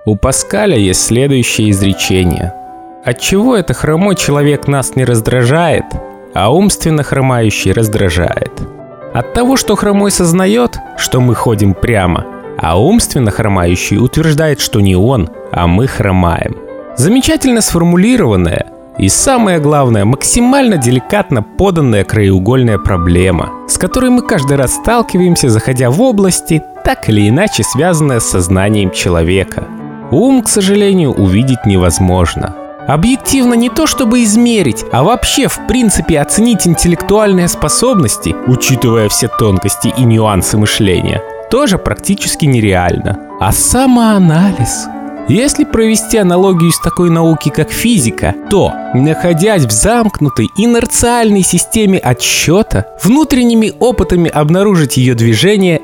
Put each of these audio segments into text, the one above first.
У Паскаля есть следующее изречение. Отчего это хромой человек нас не раздражает, а умственно хромающий раздражает? От того, что хромой сознает, что мы ходим прямо, а умственно хромающий утверждает, что не он, а мы хромаем. Замечательно сформулированная и, самое главное, максимально деликатно поданная краеугольная проблема, с которой мы каждый раз сталкиваемся, заходя в области, так или иначе связанные с сознанием человека. Ум, к сожалению, увидеть невозможно. Объективно не то чтобы измерить, а вообще в принципе оценить интеллектуальные способности, учитывая все тонкости и нюансы мышления, тоже практически нереально. А самоанализ? Если провести аналогию с такой науки, как физика, то, находясь в замкнутой инерциальной системе отсчета, внутренними опытами обнаружить ее движение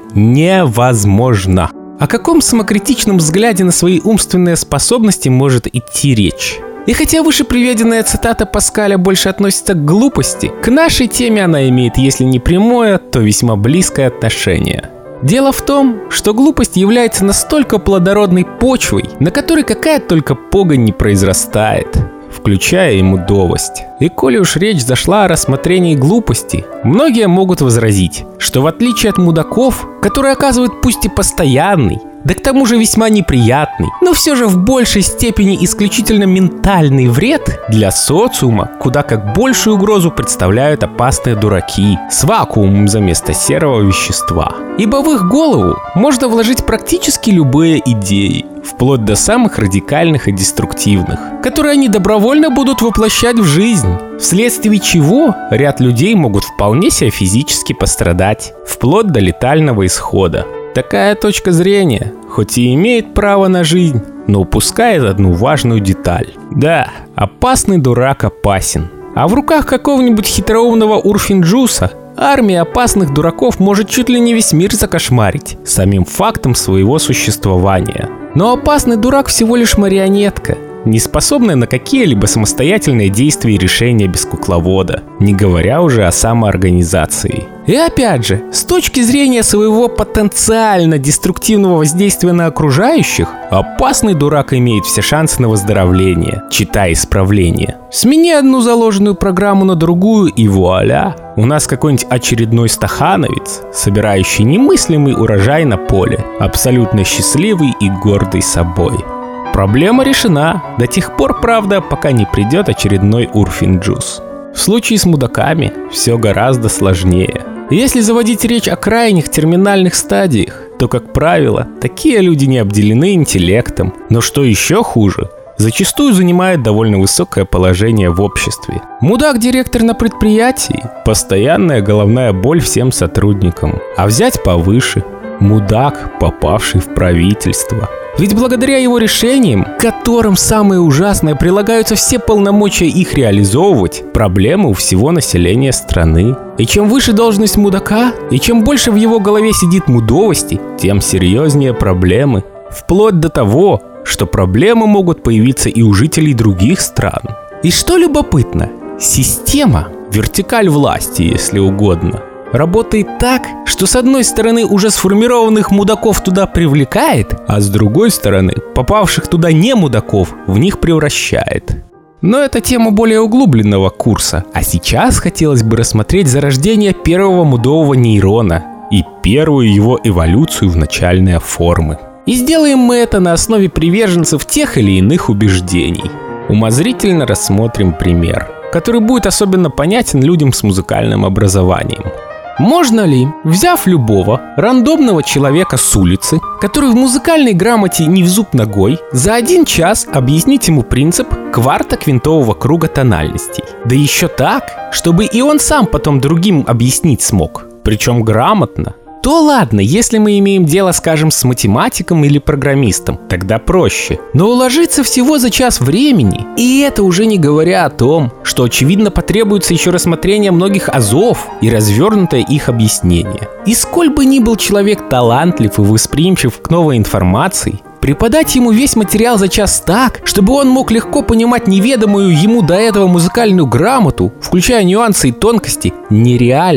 невозможно. О каком самокритичном взгляде на свои умственные способности может идти речь? И хотя выше приведенная цитата Паскаля больше относится к глупости, к нашей теме она имеет, если не прямое, то весьма близкое отношение. Дело в том, что глупость является настолько плодородной почвой, на которой какая только погонь не произрастает, включая и мудовость. И коли уж речь зашла о рассмотрении глупости, многие могут возразить, что в отличие от мудаков, которые оказывают пусть и постоянный, да к тому же весьма неприятный, но все же в большей степени исключительно ментальный вред, для социума куда как большую угрозу представляют опасные дураки с вакуумом за место серого вещества. Ибо в их голову можно вложить практически любые идеи, вплоть до самых радикальных и деструктивных, которые они добровольно будут воплощать в жизнь, вследствие чего ряд людей могут вполне себе физически пострадать, вплоть до летального исхода. Такая точка зрения, хоть и имеет право на жизнь, но упускает одну важную деталь. Да, опасный дурак опасен. А в руках какого-нибудь хитроумного Урфин-Джюса армия опасных дураков может чуть ли не весь мир закошмарить самим фактом своего существования. Но опасный дурак всего лишь марионетка, не способная на какие-либо самостоятельные действия и решения без кукловода, не говоря уже о самоорганизации. И опять же, с точки зрения своего потенциально деструктивного воздействия на окружающих, опасный дурак имеет все шансы на выздоровление, читай исправление. Смени одну заложенную программу на другую, и вуаля, у нас какой-нибудь очередной стахановец, собирающий немыслимый урожай на поле, абсолютно счастливый и гордый собой. Проблема решена, до тех пор, правда, пока не придет очередной Урфин-Джюс. В случае с мудаками все гораздо сложнее. Если заводить речь о крайних терминальных стадиях, то, как правило, такие люди не обделены интеллектом, но что еще хуже, зачастую занимают довольно высокое положение в обществе. Мудак-директор на предприятии – постоянная головная боль всем сотрудникам. А взять повыше – мудак, попавший в правительство. Ведь благодаря его решениям, к которым самое ужасное прилагаются все полномочия их реализовывать, проблемы у всего населения страны. И чем выше должность мудака, и чем больше в его голове сидит мудовости, тем серьезнее проблемы. Вплоть до того, что проблемы могут появиться и у жителей других стран. И что любопытно, система, вертикаль власти, если угодно, работает так, что с одной стороны уже сформированных мудаков туда привлекает, а с другой стороны попавших туда не мудаков в них превращает. Но это тема более углубленного курса, а сейчас хотелось бы рассмотреть зарождение первого мудового нейрона и первую его эволюцию в начальные формы. И сделаем мы это на основе приверженцев тех или иных убеждений. Умозрительно рассмотрим пример, который будет особенно понятен людям с музыкальным образованием. Можно ли, взяв любого рандомного человека с улицы, который в музыкальной грамоте не в зуб ногой, за 1 час объяснить ему принцип кварта-квинтового круга тональностей? Да еще так, чтобы и он сам потом другим объяснить смог, причем грамотно. То ладно, если мы имеем дело, скажем, с математиком или программистом, тогда проще. Но уложиться всего за час времени, и это уже не говоря о том, что очевидно потребуется еще рассмотрение многих азов и развернутое их объяснение. И сколь бы ни был человек талантлив и восприимчив к новой информации, преподать ему весь материал за час так, чтобы он мог легко понимать неведомую ему до этого музыкальную грамоту, включая нюансы и тонкости, нереально.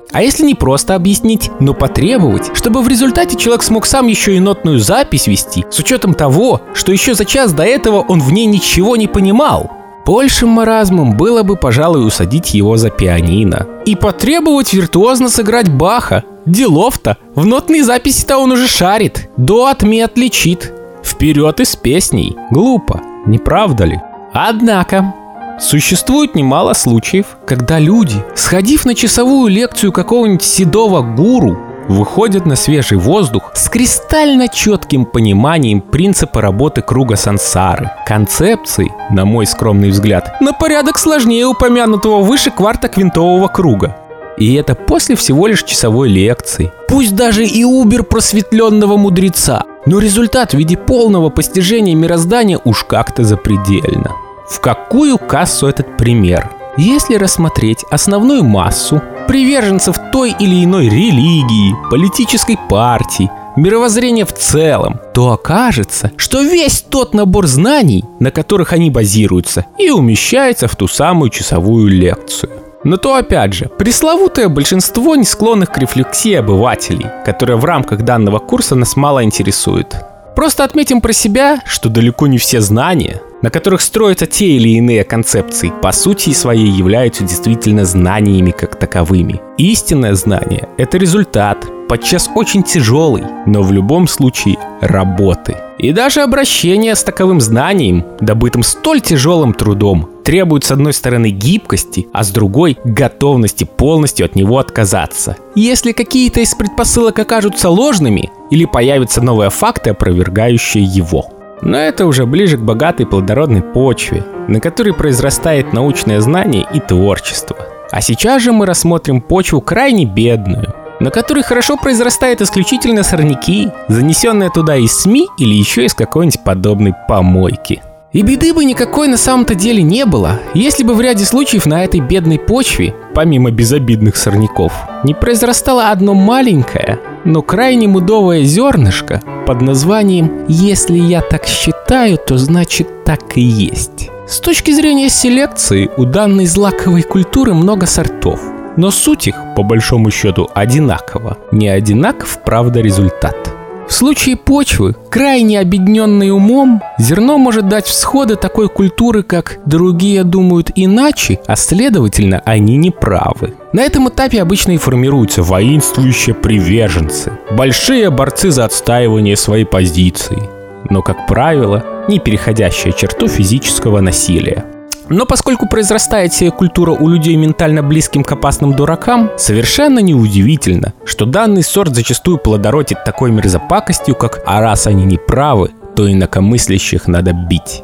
А если не просто объяснить, но потребовать, чтобы в результате человек смог сам еще и нотную запись вести, с учетом того, что еще за час до этого он в ней ничего не понимал? Большим маразмом было бы, пожалуй, усадить его за пианино и потребовать виртуозно сыграть Баха. Делов-то, в нотной записи-то он уже шарит, до от ми отличит. Вперед и с песней. Глупо, не правда ли? Однако, существует немало случаев, когда люди, сходив на часовую лекцию какого-нибудь седого гуру, выходят на свежий воздух с кристально четким пониманием принципа работы круга сансары. Концепции, на мой скромный взгляд, на порядок сложнее упомянутого выше квартоквинтового круга. И это после всего лишь часовой лекции. Пусть даже и убер просветленного мудреца, но результат в виде полного постижения мироздания уж как-то запредельно. В какую кассу этот пример? Если рассмотреть основную массу приверженцев той или иной религии, политической партии, мировоззрения в целом, то окажется, что весь тот набор знаний, на которых они базируются, и умещается в ту самую часовую лекцию. Но то опять же, пресловутое большинство не склонных к рефлексии обывателей, которые в рамках данного курса нас мало интересует. Просто отметим про себя, что далеко не все знания, на которых строятся те или иные концепции, по сути своей являются действительно знаниями как таковыми. Истинное знание – это результат, подчас очень тяжелый, но в любом случае работы. И даже обращение с таковым знанием, добытым столь тяжелым трудом, требует с одной стороны гибкости, а с другой – готовности полностью от него отказаться. Если какие-то из предпосылок окажутся ложными, или появятся новые факты, опровергающие его. Но это уже ближе к богатой плодородной почве, на которой произрастает научное знание и творчество. А сейчас же мы рассмотрим почву крайне бедную, на которой хорошо произрастают исключительно сорняки, занесенные туда из СМИ или еще из какой-нибудь подобной помойки. И беды бы никакой на самом-то деле не было, если бы в ряде случаев на этой бедной почве, помимо безобидных сорняков, не произрастало одно маленькое, но крайне мудовое зернышко под названием «Если я так считаю, то значит так и есть». С точки зрения селекции у данной злаковой культуры много сортов, но суть их, по большому счету, одинакова. Не одинаков, правда, результат. В случае почвы, крайне обедненной умом, зерно может дать всходы такой культуры, как «другие думают иначе, а следовательно, они не правы». На этом этапе обычно и формируются воинствующие приверженцы, большие борцы за отстаивание своей позиции, но, как правило, не переходящие черту физического насилия. Но поскольку произрастает сия культура у людей ментально близким к опасным дуракам, совершенно неудивительно, что данный сорт зачастую плодородит такой мерзопакостью, как «а раз они не правы, то инакомыслящих надо бить».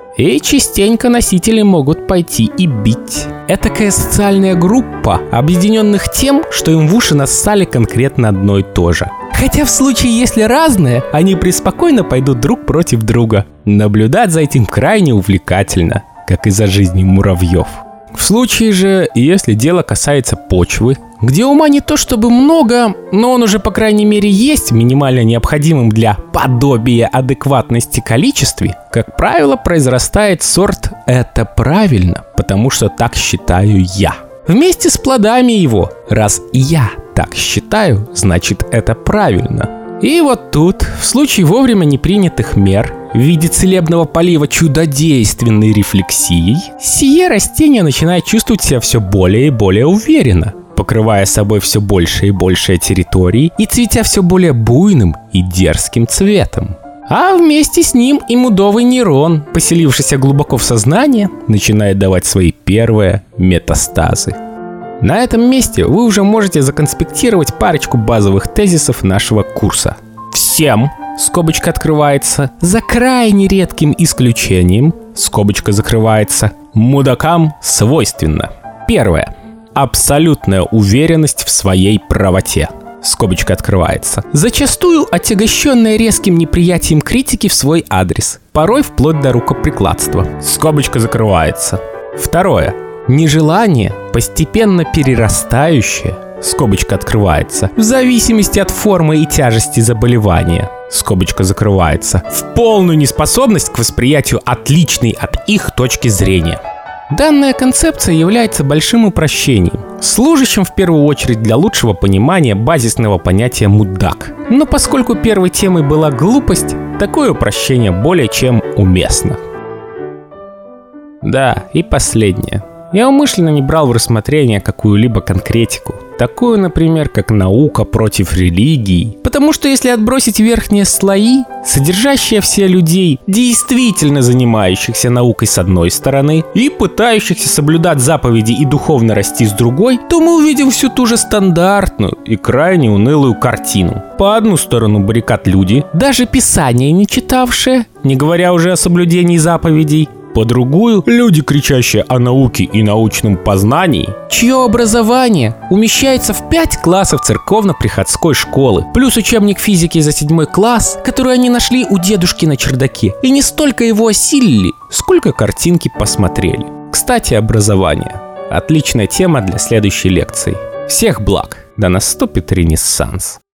И частенько носители могут пойти и бить. Этакая социальная группа, объединенных тем, что им в уши нассали конкретно одно и то же. Хотя в случае, если разные, они преспокойно пойдут друг против друга. Наблюдать за этим крайне увлекательно, как и за жизнью муравьев. В случае же, если дело касается почвы, где ума не то чтобы много, но он уже по крайней мере есть в минимально необходимом для подобия адекватности количестве, как правило, произрастает сорт «это правильно, потому что так считаю я». Вместе с плодами его, раз я так считаю, значит это правильно. И вот тут, в случае вовремя непринятых мер, в виде целебного полива чудодейственной рефлексией, сие растение начинает чувствовать себя все более и более уверенно, покрывая собой все больше и больше территории и цветя все более буйным и дерзким цветом. А вместе с ним и мудовый нейрон, поселившийся глубоко в сознание, начинает давать свои первые метастазы. На этом месте вы уже можете законспектировать парочку базовых тезисов нашего курса. Всем, скобочка открывается, за крайне редким исключением, скобочка закрывается, мудакам свойственно. Первое. Абсолютная уверенность в своей правоте. Скобочка открывается. Зачастую отягощенная резким неприятием критики в свой адрес, порой вплоть до рукоприкладства. Скобочка закрывается. Второе. Нежелание, постепенно перерастающее, скобочка открывается, в зависимости от формы и тяжести заболевания, скобочка закрывается, в полную неспособность к восприятию отличной от их точки зрения. Данная концепция является большим упрощением, служащим в первую очередь для лучшего понимания базисного понятия «мудак». Но поскольку первой темой была глупость, такое упрощение более чем уместно. Да, и последнее. Я умышленно не брал в рассмотрение какую-либо конкретику. Такую, например, как наука против религии. Потому что если отбросить верхние слои, содержащие все людей, действительно занимающихся наукой с одной стороны, и пытающихся соблюдать заповеди и духовно расти с другой, то мы увидим всю ту же стандартную и крайне унылую картину. По одну сторону баррикад люди, даже Писания не читавшие, не говоря уже о соблюдении заповедей. По другую – люди, кричащие о науке и научном познании, чье образование умещается в 5 классов церковно-приходской школы, плюс учебник физики за 7 класс, который они нашли у дедушки на чердаке, и не столько его осилили, сколько картинки посмотрели. Кстати, образование – отличная тема для следующей лекции. Всех благ, да наступит Ренессанс!